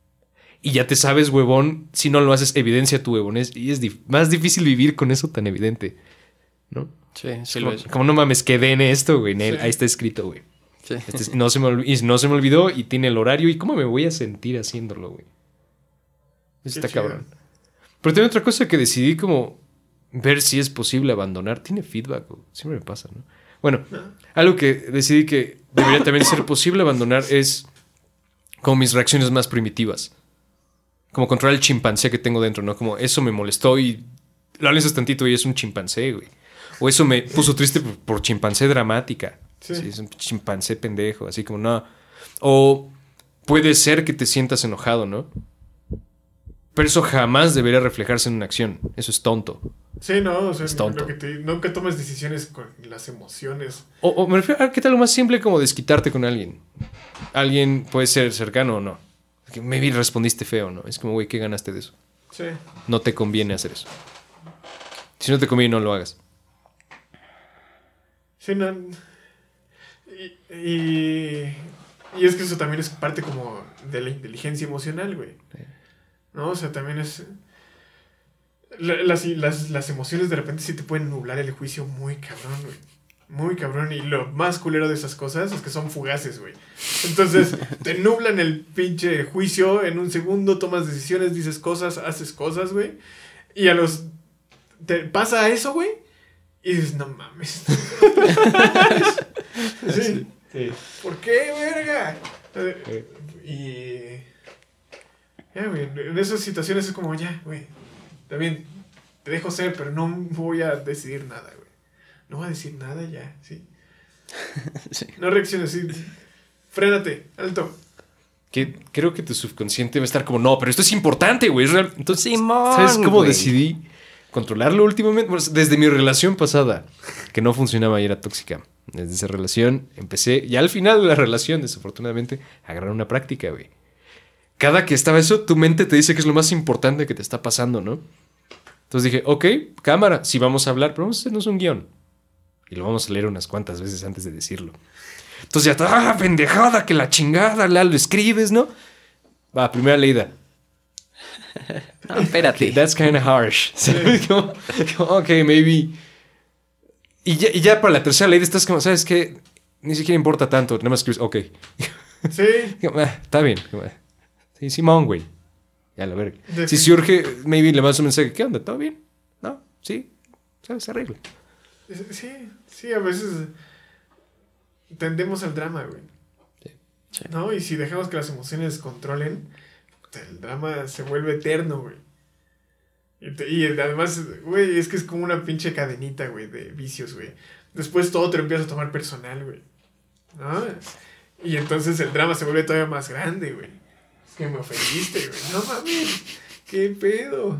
y ya te sabes, huevón, si no lo haces, evidencia tu huevonés. Y es dif- más difícil vivir con eso tan evidente. ¿No? Sí, sí como, lo es. como no mames, quedé en esto, güey. Nel, Sí. ahí está escrito, güey. Sí. Este es- no, se me olvi- y no se me olvidó y tiene el horario. ¿Y cómo me voy a sentir haciéndolo, güey? Eso Qué está chido. cabrón. Pero tiene otra cosa que decidí como ver si es posible abandonar. Tiene feedback, güey. Siempre me pasa, ¿no? Bueno, algo que decidí que debería también ser posible abandonar es como mis reacciones más primitivas. Como controlar el chimpancé que tengo dentro, ¿no? Como eso me molestó y lo analizas tantito y es un chimpancé, güey. O eso me puso triste por, por chimpancé dramática. Sí. Sí, es un chimpancé pendejo, así como no. O puede ser que te sientas enojado, ¿no? Pero eso jamás debería reflejarse en una acción. Eso es tonto. Sí, no, o sea, Es tonto. lo que te- nunca tomes decisiones con las emociones. O, o me refiero a qué tal lo más simple como desquitarte con alguien. Alguien puede ser cercano o no. Que maybe respondiste feo, ¿no? Es como, güey, ¿qué ganaste de eso? Sí. No te conviene hacer eso. Si no te conviene, no lo hagas. Sí, no. Y, y, y es que eso también es parte como de la inteligencia emocional, güey. ¿No? O sea, también es... la- Las, las, las emociones de repente sí te pueden nublar el juicio muy cabrón, güey. Muy cabrón. Y lo más culero de esas cosas es que son fugaces, güey. Entonces, te nublan el pinche juicio en un segundo, tomas decisiones, dices cosas, haces cosas, güey. Y a los... Te pasa eso, güey. Y dices, no mames. Sí. Sí. ¿Por qué, verga? Y... Ya, güey, en esas situaciones es como, ya, güey, está bien, te dejo ser, pero no voy a decidir nada, güey. No voy a decir nada ya, ¿sí? Sí. No reacciones, sí. Frénate, alto. Que creo que tu subconsciente va a estar como, no, pero esto es importante, güey. Es real. Entonces, Simón, ¿sabes cómo güey. decidí controlarlo últimamente? Bueno, desde mi relación pasada, que no funcionaba y era tóxica. Desde esa relación empecé, ya al final de la relación, desafortunadamente, a agarrar una práctica, güey. Cada que estaba eso, tu mente te dice que es lo más importante que te está pasando, ¿no? Entonces dije, ok, cámara, sí vamos a hablar, pero vamos a hacernos un guión. Y lo vamos a leer unas cuantas veces antes de decirlo. Entonces ya está, ah, pendejada, que la chingada, la lo escribes, ¿no? Va, primera leída. No, espérate. That's kind of harsh. ¿Sabes? Como, como, ok, maybe. Y ya, y ya para la tercera leída estás como, ¿sabes qué? Ni siquiera importa tanto, nada más escribes, ok. Sí. Como, ah, está bien. Como, ah, sí, Simón, güey. Ya, la verga. Defin- Si surge, maybe le mandas un mensaje, ¿qué onda? ¿Todo bien? ¿No? Sí. ¿Sabes? Se arregla. Sí, sí, a veces tendemos al drama, güey. Sí. ¿No? Y si dejamos que las emociones controlen, puta, el drama se vuelve eterno, güey. Y, te- y además, güey, es que es como una pinche cadenita, güey, de vicios, güey. Después todo te lo empiezas a tomar personal, güey. ¿No? Y entonces el drama se vuelve todavía más grande, güey. Es que me ofendiste, güey. No mames. ¿Qué pedo?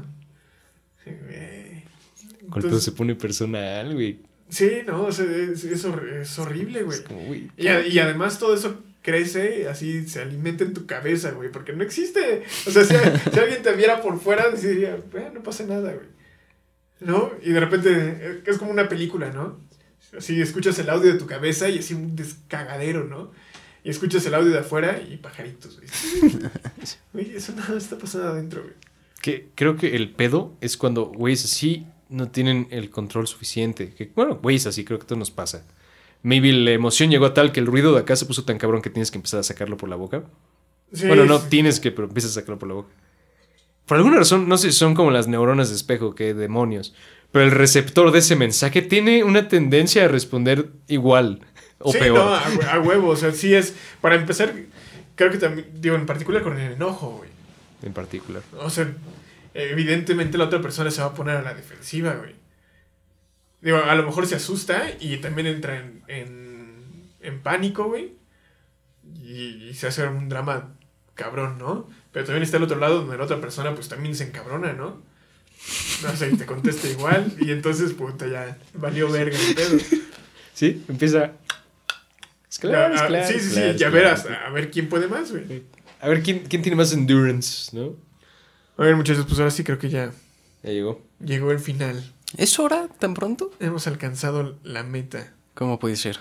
Güey. Con todo se pone personal, güey. Sí, no, o sea, es, es, hor- es horrible, güey. Es como, güey. Y, a- y además todo eso crece, así se alimenta en tu cabeza, güey, porque no existe. O sea, si, si alguien te viera por fuera, diría, bueno, no pasa nada, güey. ¿No? Y de repente eh, es como una película, ¿no? Así escuchas el audio de tu cabeza y así un descagadero, ¿no? Y escuchas el audio de afuera y pajaritos, güey. Güey, eso no está pasando adentro, güey. Que creo que el pedo es cuando güeyes así no tienen el control suficiente. Que, bueno, güeyes así creo que todo nos pasa. Maybe la emoción llegó a tal que el ruido de acá se puso tan cabrón que tienes que empezar a sacarlo por la boca. Sí, Bueno, no sí. tienes que, pero empiezas a sacarlo por la boca. Por alguna razón, no sé, son como las neuronas de espejo, que demonios. Pero el receptor de ese mensaje tiene una tendencia a responder igual o Sí, peor. no, a, hue- a huevo, o sea, sí es, para empezar, creo que también, digo, en particular con el enojo, güey. En particular. O sea, evidentemente la otra persona se va a poner a la defensiva, güey. Digo, a lo mejor se asusta y también entra en, en, en pánico, güey. Y, y se hace un drama cabrón, ¿no? Pero también está el otro lado donde la otra persona pues también se encabrona, ¿no? No sé, y te contesta igual y entonces, puta, ya valió verga el pedo. ¿Sí? Empieza... Es claro, es Ah, claro, sí, sí, es sí, claro, es ya claro. verás, a ver quién puede más, güey. A ver, ¿quién, quién tiene más endurance, no? A ver, muchachos, pues ahora sí creo que ya Ya llegó. llegó el final. ¿Es hora tan pronto? Hemos alcanzado la meta. ¿Cómo puede ser?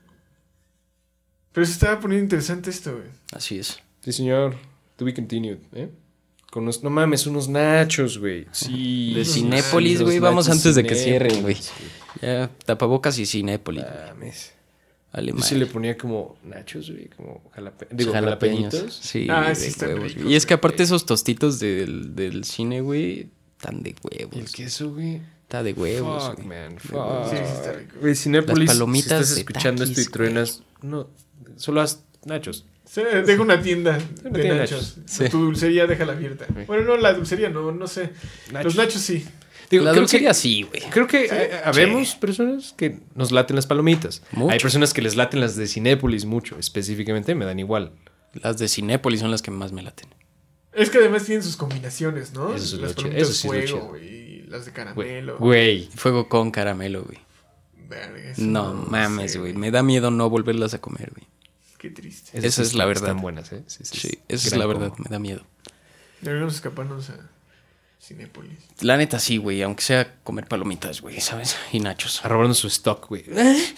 Pero se estaba poniendo interesante esto, güey. Así es. Sí, señor. To be continued, ¿eh? Con unos, no mames, unos nachos, güey. Sí. De Unos Cinépolis, nachos, güey. Vamos nachos antes de que cierren, güey. Cinépolis, Ya, tapabocas y Cinépolis. Mames. Vale, Yo madre. sí le ponía como nachos, güey. Como jalape digo, Jalapeños. jalapeñitos. Sí, Ah, de sí están huevos. ricos, Y es que güey. aparte esos tostitos del, del cine, güey, están de Y el huevos. queso, güey. Está de huevos, Fuck, güey. man. De Fuck. huevos. Sí, sí está rico. Güey, Cinépolis, Las palomitas si estás de escuchando esto y Takis, truenas, no, solo haz nachos. Se deja una tienda Una de tienda de nachos. nachos. Sí. Tu dulcería déjala abierta. Sí. Bueno, no, la dulcería no, no sé. Nachos. Los nachos sí. Digo, La creo dulcería que- sí, güey. Creo que eh, habemos personas que nos laten las palomitas. Mucho. Hay personas que les laten las de Cinépolis mucho. Específicamente me dan igual. Las de Cinépolis son las que más me laten. Es que además tienen sus combinaciones, ¿no? Eso es lo las chido, palomitas eso sí es lo fuego, chido. güey, las de Güey. caramelo. Güey. Fuego con caramelo, güey. Verga, eso No mames, sé, güey. Me da miedo no volverlas a comer, güey. Qué triste. Esa Esas es la están- verdad. Están buenas, ¿eh? Sí, sí, Sí, sí. esa es Gran la verdad. combo. Me da miedo. Deberíamos escaparnos a Cinépolis. La neta sí, güey. Aunque sea comer palomitas, güey, ¿sabes? Y nachos. A robarnos su stock, güey.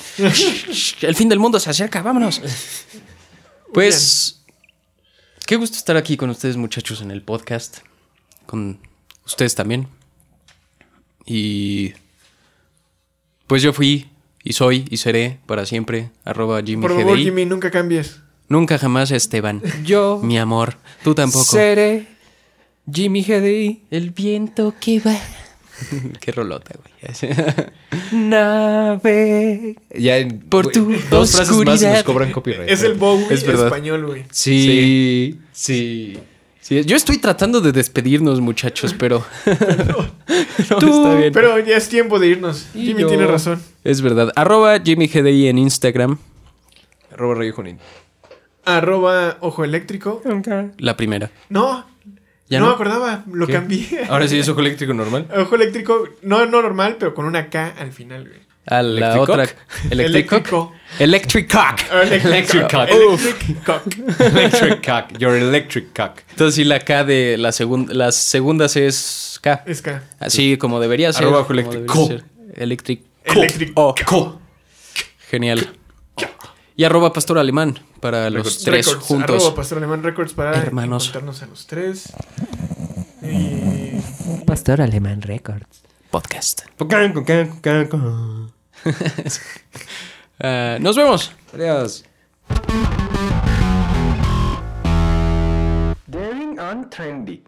El fin del mundo se acerca, vámonos. Pues, qué gusto estar aquí con ustedes, muchachos, en el podcast. Con ustedes también. Y pues yo fui y soy y seré para siempre. Arroba Jimmy Por favor, G D I. Jimmy, nunca cambies. Nunca jamás, Esteban. Yo Mi amor, tú tampoco. seré Jimmy G D I. El viento que va. Qué rolota, güey. Nave. Ya en, Por güey, tu dos frases más y nos oscuridad. cobran copyright. Es el Bowie Es verdad. español, güey. Sí, sí. Sí, yo estoy tratando de despedirnos, muchachos, pero no Tú- está bien. Pero ya es tiempo de irnos. Y Jimmy yo. tiene razón. Es verdad. Arroba Jimmy G D I en Instagram. Arroba Rayo Junín. Arroba ojo eléctrico. La primera. No, ¿Ya no, no? me acordaba. Lo ¿Qué? cambié. Ahora sí es ojo eléctrico normal. Ojo eléctrico, no, no normal, pero con una K al final, güey. A la Electric otra. Cock. Electric Electric Cock. Electric cock. Electric cock. Electric cock. Your electric cock. Entonces sí, la K de la segunda, las segundas es K. Es K. Así como debería ser. Arroba como electric debería co. ser. Electric Electric O. Co. Genial. Y arroba Pastor Alemán para los Records. tres Records, juntos. Arroba Pastor Alemán Records para Hermanos. encontrarnos a los tres. Y... Pastor Alemán Records. Podcast. Cocan, cocan, cocan, cocan. Ah, nos vemos. Adiós. Daring on Trendy.